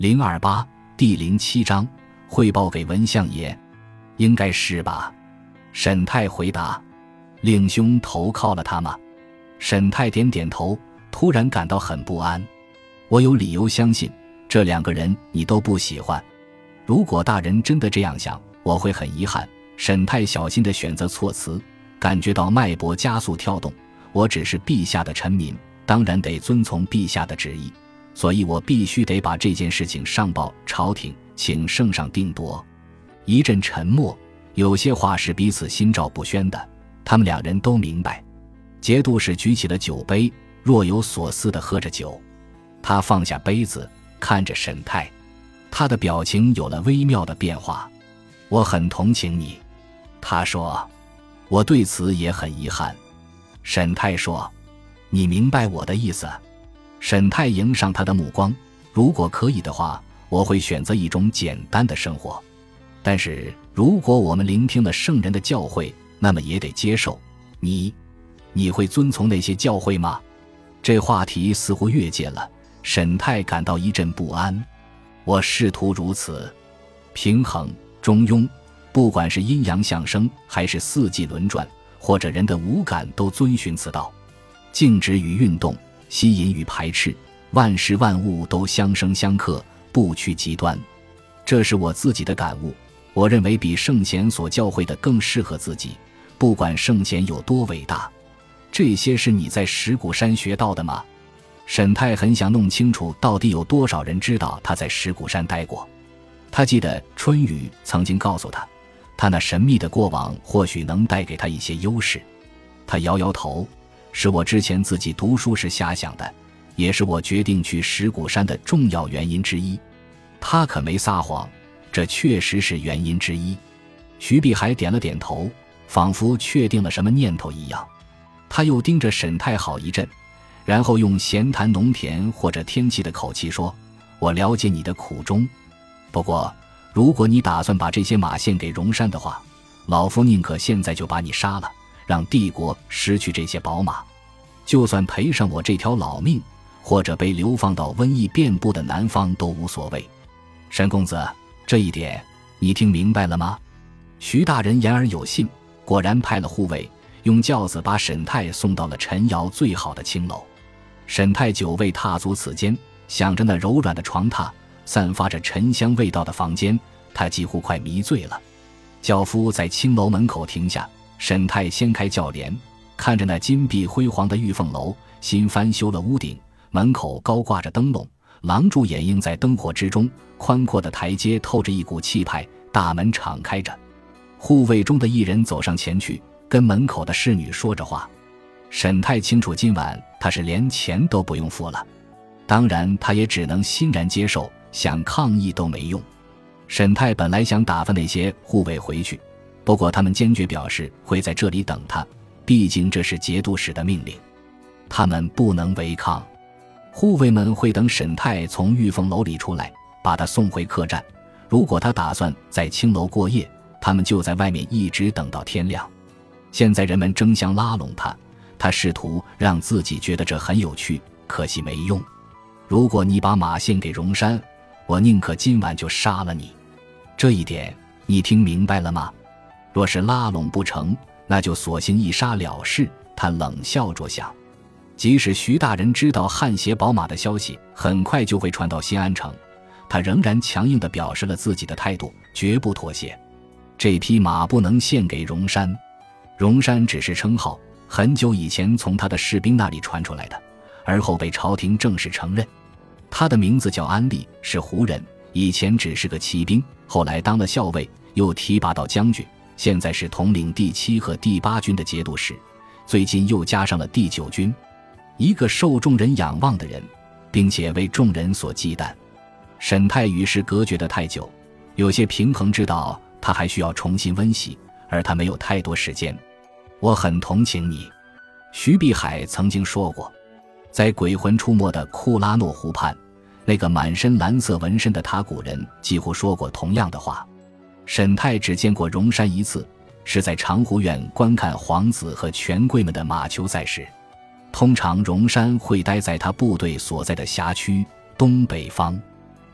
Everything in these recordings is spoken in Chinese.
028第07章汇报给文相爷。应该是吧，沈太回答。令兄投靠了他吗？沈太点点头，突然感到很不安。我有理由相信这两个人你都不喜欢。如果大人真的这样想，我会很遗憾。沈太小心地选择措辞，感觉到脉搏加速跳动。我只是陛下的臣民，当然得遵从陛下的旨意，所以我必须得把这件事情上报朝廷，请圣上定夺。一阵沉默，有些话是彼此心照不宣的，他们两人都明白。节度使举起了酒杯，若有所思地喝着酒。他放下杯子，看着沈太，他的表情有了微妙的变化。我很同情你，他说。我对此也很遗憾。沈太说，你明白我的意思？沈太迎上他的目光，如果可以的话，我会选择一种简单的生活。但是如果我们聆听了圣人的教诲，那么也得接受。你会遵从那些教诲吗？这话题似乎越界了，沈太感到一阵不安。我试图如此，平衡、中庸，不管是阴阳相生还是四季轮转，或者人的五感，都遵循此道。静止与运动，吸引与排斥，万事万物都相生相克，不趋极端。这是我自己的感悟，我认为比圣贤所教诲的更适合自己，不管圣贤有多伟大。这些是你在石鼓山学到的吗？沈太很想弄清楚到底有多少人知道他在石鼓山待过。他记得春雨曾经告诉他，他那神秘的过往或许能带给他一些优势。他摇摇头，是我之前自己读书时瞎想的，也是我决定去石鼓山的重要原因之一。他可没撒谎，这确实是原因之一。徐碧海点了点头，仿佛确定了什么念头一样。他又盯着沈太好一阵，然后用闲谈农田或者天气的口气说，我了解你的苦衷，不过如果你打算把这些马献给荣山的话，老夫宁可现在就把你杀了，让帝国失去这些宝马，就算赔上我这条老命，或者被流放到瘟疫遍布的南方都无所谓。沈公子，这一点你听明白了吗？徐大人言而有信，果然派了护卫，用轿子把沈太送到了陈窑最好的青楼。沈太久未踏足此间，想着那柔软的床榻，散发着沉香味道的房间，他几乎快迷醉了。轿夫在青楼门口停下，沈太掀开轿帘，看着那金碧辉煌的玉凤楼，新翻修了屋顶，门口高挂着灯笼，廊柱掩映在灯火之中，宽阔的台阶透着一股气派，大门敞开着。护卫中的一人走上前去，跟门口的侍女说着话。沈太清楚今晚他是连钱都不用付了，当然他也只能欣然接受，想抗议都没用。沈太本来想打发那些护卫回去，不过他们坚决表示会在这里等他，毕竟这是节度使的命令，他们不能违抗。护卫们会等沈太从玉凤楼里出来，把他送回客栈。如果他打算在青楼过夜，他们就在外面一直等到天亮。现在人们争相拉拢他，他试图让自己觉得这很有趣，可惜没用。如果你把马献给荣山，我宁可今晚就杀了你。这一点你听明白了吗？若是拉拢不成，那就索性一杀了事。他冷笑着想，即使徐大人知道汉携宝马的消息很快就会传到新安城，他仍然强硬地表示了自己的态度，绝不妥协。这匹马不能献给荣山，荣山只是称号，很久以前从他的士兵那里传出来的，而后被朝廷正式承认。他的名字叫安利，是胡人，以前只是个骑兵，后来当了校尉，又提拔到将军，现在是统领第7和第8军的节度使，最近又加上了第9军，一个受众人仰望的人，并且为众人所忌惮。沈太与世隔绝得太久，有些平衡知道他还需要重新温习，而他没有太多时间。我很同情你，徐碧海曾经说过，在鬼魂出没的库拉诺湖畔，那个满身蓝色纹身的塔古人几乎说过同样的话。沈太只见过荣山一次，是在长湖院观看皇子和权贵们的马球赛时。通常荣山会待在他部队所在的辖区东北方。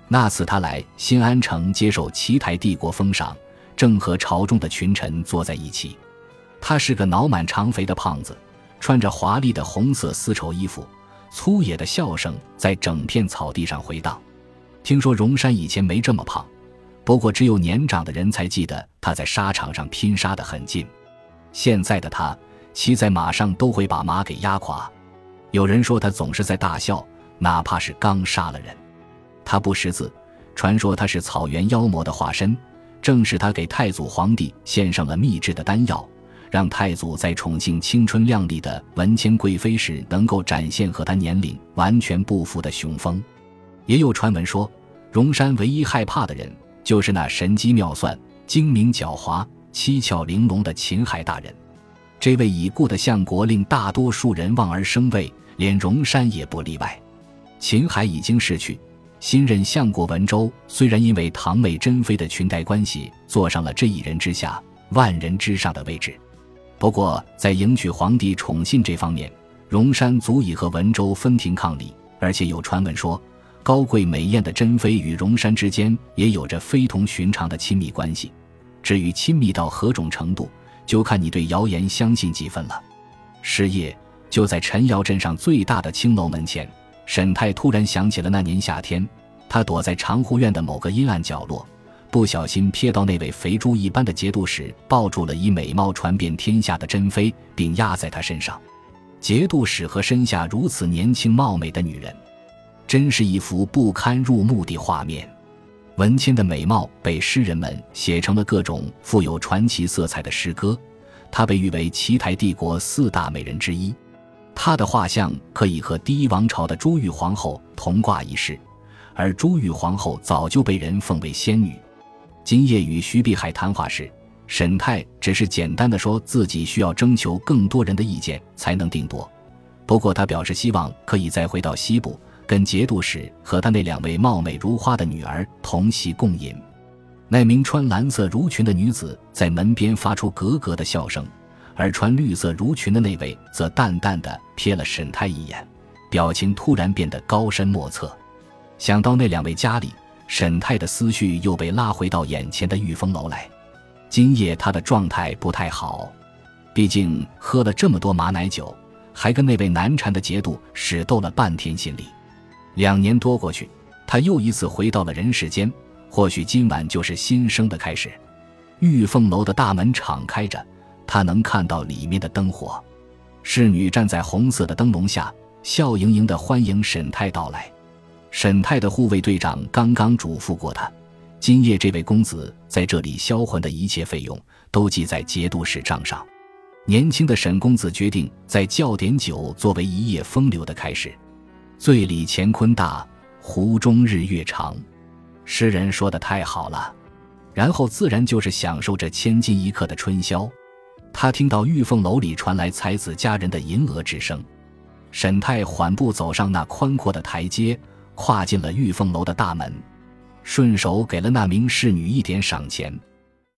那次他来新安城接受齐台帝国封赏，正和朝中的群臣坐在一起。他是个脑满肠肥的胖子，穿着华丽的红色丝绸衣服，粗野的笑声在整片草地上回荡。听说荣山以前没这么胖，不过只有年长的人才记得他在沙场上拼杀得很劲。现在的他骑在马上都会把马给压垮。有人说他总是在大笑，哪怕是刚杀了人。他不识字，传说他是草原妖魔的化身，正是他给太祖皇帝献上了秘制的丹药，让太祖在宠幸青春靓丽的文谦贵妃时能够展现和他年龄完全不符的雄风。也有传闻说，荣山唯一害怕的人就是那神机妙算、精明狡猾、七窍玲珑的秦海大人。这位已故的相国令大多数人望而生畏，连荣山也不例外。秦海已经逝去，新任相国文周虽然因为堂妹珍妃的裙带关系坐上了这一人之下万人之上的位置，不过在迎娶皇帝宠信这方面，荣山足以和文周分庭抗礼。而且有传闻说，高贵美艳的珍妃与荣山之间也有着非同寻常的亲密关系。至于亲密到何种程度，就看你对谣言相信几分了。是夜，就在陈窑镇上最大的青楼门前，沈泰突然想起了那年夏天，他躲在长护院的某个阴暗角落，不小心瞥到那位肥猪一般的节度使抱住了以美貌传遍天下的珍妃，并压在他身上。节度使和身下如此年轻貌美的女人，真是一幅不堪入目的画面。文谦的美貌被诗人们写成了各种富有传奇色彩的诗歌，她被誉为齐台帝国4大美人之一。她的画像可以和第一王朝的朱玉皇后同挂一室，而朱玉皇后早就被人奉为仙女。今夜与徐碧海谈话时，沈泰只是简单地说自己需要征求更多人的意见才能定夺，不过他表示希望可以再回到西部，跟节度使和他那2位貌美如花的女儿同席共饮。那名穿蓝色襦裙的女子在门边发出咯咯的笑声，而穿绿色襦裙的那位则淡淡地瞥了沈泰一眼，表情突然变得高深莫测。想到那2位家里，沈泰的思绪又被拉回到眼前的御风楼来。今夜他的状态不太好，毕竟喝了这么多马奶酒，还跟那位难缠的节度使斗了半天心理。2年多过去，他又一次回到了人世间，或许今晚就是新生的开始。御凤楼的大门敞开着，他能看到里面的灯火。侍女站在红色的灯笼下，笑盈盈地欢迎沈泰到来。沈泰的护卫队长刚刚嘱咐过他，今夜这位公子在这里销魂的一切费用都记在节度使账上。年轻的沈公子决定在叫点酒作为一夜风流的开始。醉里乾坤大，湖中日月长。诗人说得太好了，然后自然就是享受这千金一刻的春宵。他听到御凤楼里传来才子佳人的吟额之声。沈泰缓步走上那宽阔的台阶，跨进了御凤楼的大门，顺手给了那名侍女一点赏钱。